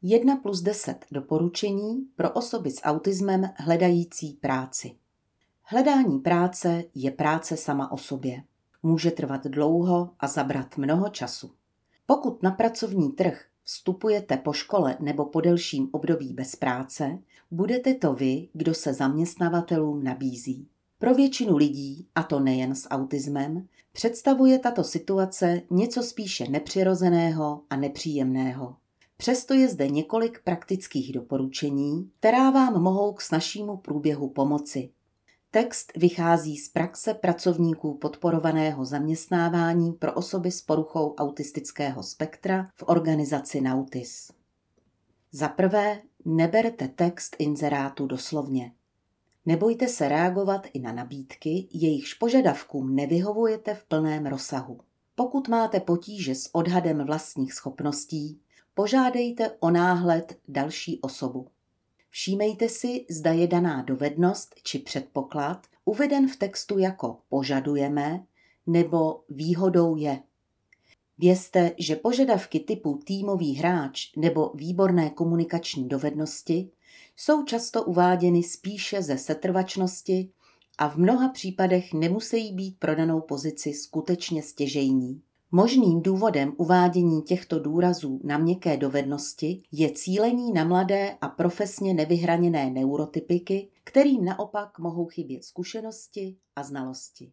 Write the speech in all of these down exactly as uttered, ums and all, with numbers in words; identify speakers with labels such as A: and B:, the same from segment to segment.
A: jedna plus deset doporučení pro osoby s autismem hledající práci. Hledání práce je práce sama o sobě. Může trvat dlouho a zabrat mnoho času. Pokud na pracovní trh vstupujete po škole nebo po delším období bez práce, budete to vy, kdo se zaměstnavatelům nabízí. Pro většinu lidí, a to nejen s autismem, představuje tato situace něco spíše nepřirozeného a nepříjemného. Přesto je zde několik praktických doporučení, která vám mohou k snazšímu průběhu pomoci. Text vychází z praxe pracovníků podporovaného zaměstnávání pro osoby s poruchou autistického spektra v organizaci Nautis. Za prvé, neberte text inzerátu doslovně. Nebojte se reagovat i na nabídky, jejichž požadavkům nevyhovujete v plném rozsahu. Pokud máte potíže s odhadem vlastních schopností, požádejte o náhled další osobu. Všímejte si, zda je daná dovednost či předpoklad uveden v textu jako požadujeme nebo výhodou je. Vězte, že požadavky typu týmový hráč nebo výborné komunikační dovednosti jsou často uváděny spíše ze setrvačnosti a v mnoha případech nemusí být pro danou pozici skutečně stěžejní. Možným důvodem uvádění těchto důrazů na měkké dovednosti je cílení na mladé a profesně nevyhraněné neurotypiky, kterým naopak mohou chybět zkušenosti a znalosti.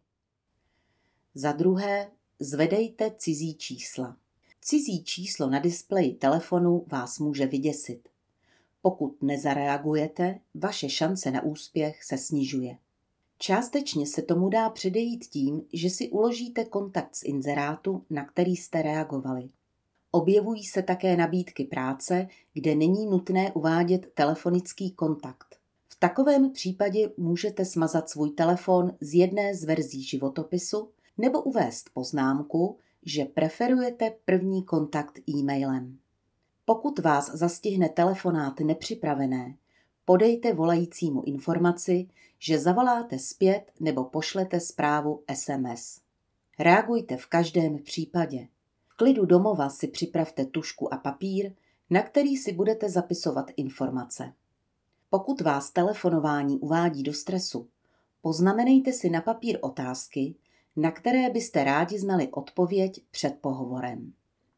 A: Za druhé, zvedejte cizí čísla. Cizí číslo na displeji telefonu vás může vyděsit. Pokud nezareagujete, vaše šance na úspěch se snižuje. Částečně se tomu dá předejít tím, že si uložíte kontakt z inzerátu, na který jste reagovali. Objevují se také nabídky práce, kde není nutné uvádět telefonický kontakt. V takovém případě můžete smazat svůj telefon z jedné z verzí životopisu nebo uvést poznámku, že preferujete první kontakt e-mailem. Pokud vás zastihne telefonát nepřipravené, podejte volajícímu informaci, že zavoláte zpět nebo pošlete zprávu es em es. Reagujte v každém případě. V klidu domova si připravte tužku a papír, na který si budete zapisovat informace. Pokud vás telefonování uvádí do stresu, poznamenejte si na papír otázky, na které byste rádi znali odpověď před pohovorem.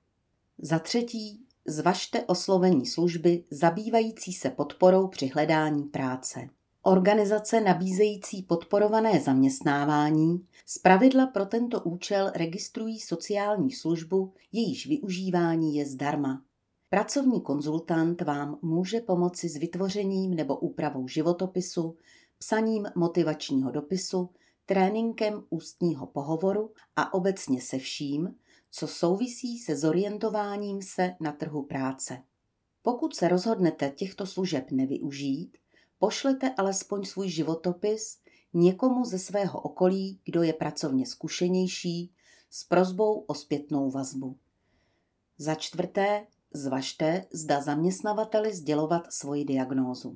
A: Za třetí, zvažte oslovení služby zabývající se podporou při hledání práce. Organizace nabízející podporované zaměstnávání zpravidla pro tento účel registrují sociální službu, jejíž využívání je zdarma. Pracovní konzultant vám může pomoci s vytvořením nebo úpravou životopisu, psaním motivačního dopisu, tréninkem ústního pohovoru a obecně se vším, co souvisí se zorientováním se na trhu práce. Pokud se rozhodnete těchto služeb nevyužít, pošlete alespoň svůj životopis někomu ze svého okolí, kdo je pracovně zkušenější, s prosbou o zpětnou vazbu. Za čtvrté, zvažte, zda zaměstnavateli sdělovat svoji diagnózu.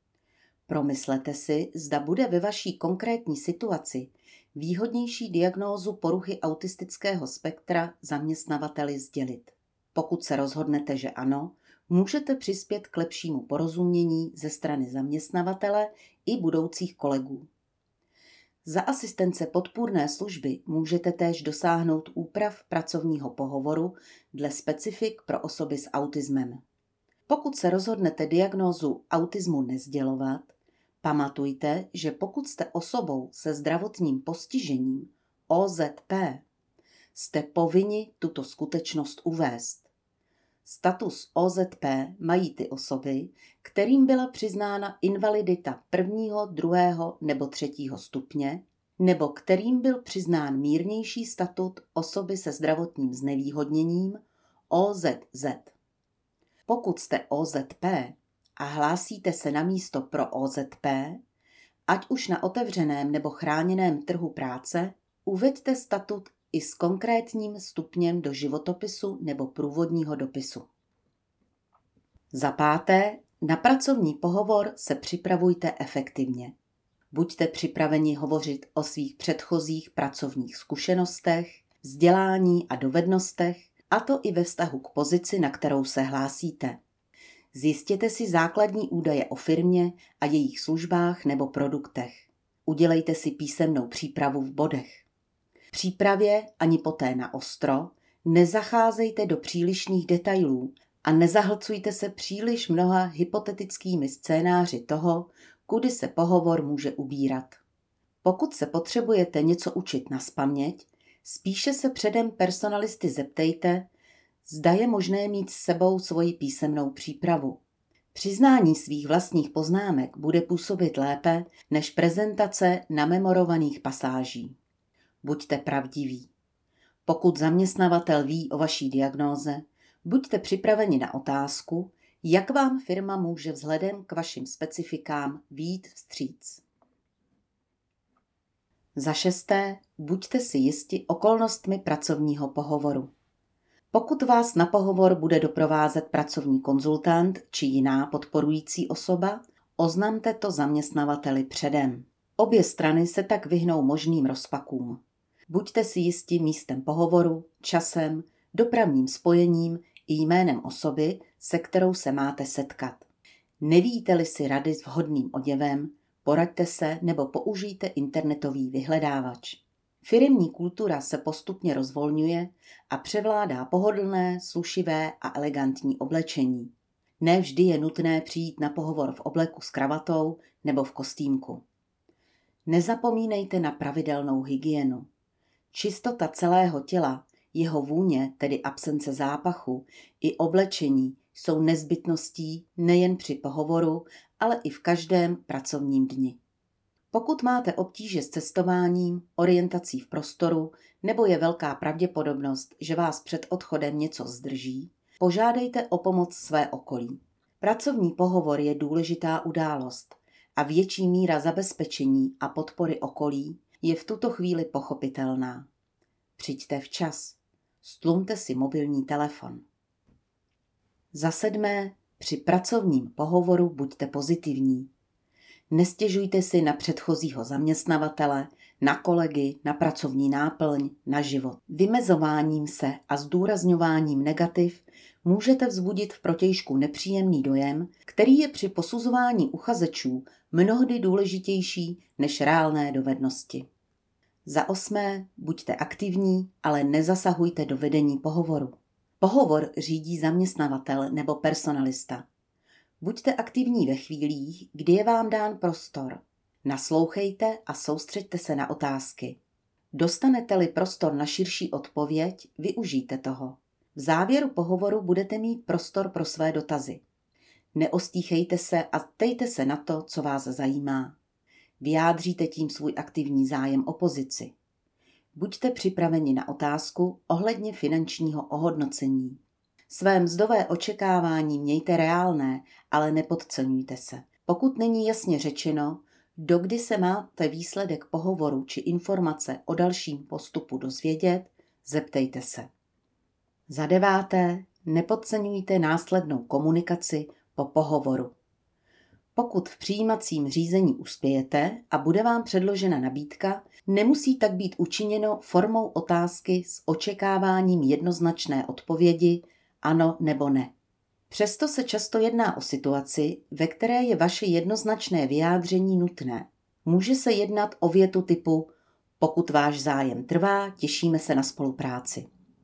A: Promyslete si, zda bude ve vaší konkrétní situaci výhodnější diagnózu poruchy autistického spektra zaměstnavateli sdělit. Pokud se rozhodnete, že ano, můžete přispět k lepšímu porozumění ze strany zaměstnavatele i budoucích kolegů. Za asistence podpůrné služby můžete též dosáhnout úprav pracovního pohovoru dle specifik pro osoby s autismem. Pokud se rozhodnete diagnózu autismu nesdělovat, pamatujte, že pokud jste osobou se zdravotním postižením ó zet pé, jste povinni tuto skutečnost uvést. Status ó zet pé mají ty osoby, kterým byla přiznána invalidita prvního, druhého nebo třetího stupně, nebo kterým byl přiznán mírnější statut osoby se zdravotním znevýhodněním ó zet zet. Pokud jste ó zet pé a hlásíte se na místo pro ó zet pé, ať už na otevřeném nebo chráněném trhu práce, uveďte statut i s konkrétním stupněm do životopisu nebo průvodního dopisu. Za páté, na pracovní pohovor se připravujte efektivně. Buďte připraveni hovořit o svých předchozích pracovních zkušenostech, vzdělání a dovednostech, a to i ve vztahu k pozici, na kterou se hlásíte. Zjistěte si základní údaje o firmě a jejich službách nebo produktech. Udělejte si písemnou přípravu v bodech. V přípravě ani poté na ostro nezacházejte do přílišných detailů a nezahlcujte se příliš mnoha hypotetickými scénáři toho, kudy se pohovor může ubírat. Pokud se potřebujete něco učit nazpaměť, spíše se předem personalisty zeptejte, zda je možné mít s sebou svoji písemnou přípravu. Přiznání svých vlastních poznámek bude působit lépe než prezentace namemorovaných pasáží. Buďte pravdiví. Pokud zaměstnavatel ví o vaší diagnóze, buďte připraveni na otázku, jak vám firma může vzhledem k vašim specifikám vyjít vstříc. Za šesté, buďte si jisti okolnostmi pracovního pohovoru. Pokud vás na pohovor bude doprovázet pracovní konzultant či jiná podporující osoba, oznamte to zaměstnavateli předem. Obě strany se tak vyhnou možným rozpakům. Buďte si jisti místem pohovoru, časem, dopravním spojením i jménem osoby, se kterou se máte setkat. Nevíte-li si rady s vhodným oděvem, poraďte se nebo použijte internetový vyhledávač. Firemní kultura se postupně rozvolňuje a převládá pohodlné, slušivé a elegantní oblečení. Ne vždy je nutné přijít na pohovor v obleku s kravatou nebo v kostýmku. Nezapomínejte na pravidelnou hygienu. Čistota celého těla, jeho vůně, tedy absence zápachu, i oblečení jsou nezbytností nejen při pohovoru, ale i v každém pracovním dni. Pokud máte obtíže s cestováním, orientací v prostoru nebo je velká pravděpodobnost, že vás před odchodem něco zdrží, požádejte o pomoc své okolí. Pracovní pohovor je důležitá událost a větší míra zabezpečení a podpory okolí je v tuto chvíli pochopitelná. Přijďte včas, stlumte si mobilní telefon. Za sedmé, při pracovním pohovoru buďte pozitivní. Nestěžujte si na předchozího zaměstnavatele, na kolegy, na pracovní náplň, na život. Vymezováním se a zdůrazňováním negativ můžete vzbudit v protějšku nepříjemný dojem, který je při posuzování uchazečů mnohdy důležitější než reálné dovednosti. Za osmé, buďte aktivní, ale nezasahujte do vedení pohovoru. Pohovor řídí zaměstnavatel nebo personalista. Buďte aktivní ve chvílích, kdy je vám dán prostor. Naslouchejte a soustřeďte se na otázky. Dostanete-li prostor na širší odpověď, využijte toho. V závěru pohovoru budete mít prostor pro své dotazy. Neostýchejte se a ptejte se na to, co vás zajímá. Vyjádříte tím svůj aktivní zájem o pozici. Buďte připraveni na otázku ohledně finančního ohodnocení. Své mzdové očekávání mějte reálné, ale nepodceňujte se. Pokud není jasně řečeno, dokdy se máte výsledek pohovoru či informace o dalším postupu dozvědět, zeptejte se. Za deváté, nepodceňujte následnou komunikaci po pohovoru. Pokud v přijímacím řízení uspějete a bude vám předložena nabídka, nemusí tak být učiněno formou otázky s očekáváním jednoznačné odpovědi ano nebo ne. Přesto se často jedná o situaci, ve které je vaše jednoznačné vyjádření nutné. Může se jednat o větu typu pokud váš zájem trvá, těšíme se na spolupráci.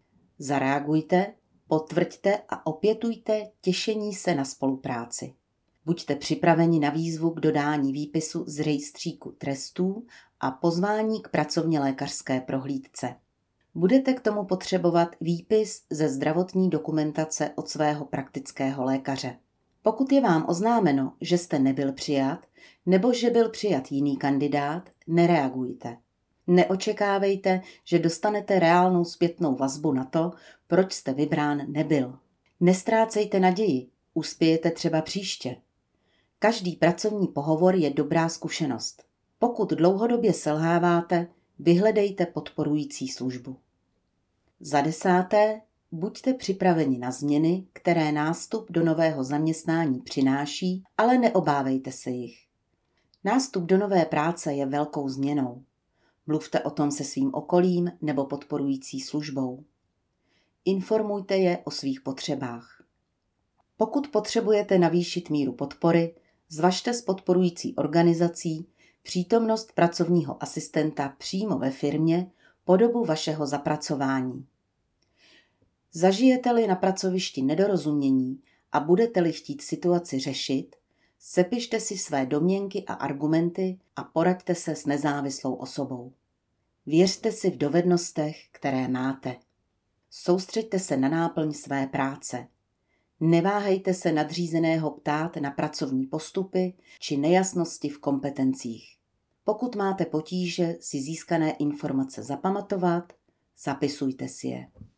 A: Zareagujte, potvrďte a opětujte těšení se na spolupráci. Buďte připraveni na výzvu k dodání výpisu z rejstříku trestů a pozvání k pracovně lékařské prohlídce. Budete k tomu potřebovat výpis ze zdravotní dokumentace od svého praktického lékaře. Pokud je vám oznámeno, že jste nebyl přijat, nebo že byl přijat jiný kandidát, nereagujte. Neočekávejte, že dostanete reálnou zpětnou vazbu na to, proč jste vybrán nebyl. Nestrácejte naději, uspějete třeba příště. Každý pracovní pohovor je dobrá zkušenost. Pokud dlouhodobě selháváte, vyhledejte podporující službu. Za desáté, buďte připraveni na změny, které nástup do nového zaměstnání přináší, ale neobávejte se jich. Nástup do nové práce je velkou změnou. Mluvte o tom se svým okolím nebo podporující službou. Informujte je o svých potřebách. Pokud potřebujete navýšit míru podpory, zvažte s podporující organizací přítomnost pracovního asistenta přímo ve firmě po dobu vašeho zapracování. Zažijete-li na pracovišti nedorozumění a budete-li chtít situaci řešit, sepište si své domněnky a argumenty a poraďte se s nezávislou osobou. Věřte si v dovednostech, které máte. Soustřeďte se na náplň své práce. Neváhejte se nadřízeného ptát na pracovní postupy či nejasnosti v kompetencích. Pokud máte potíže si získané informace zapamatovat, zapisujte si je.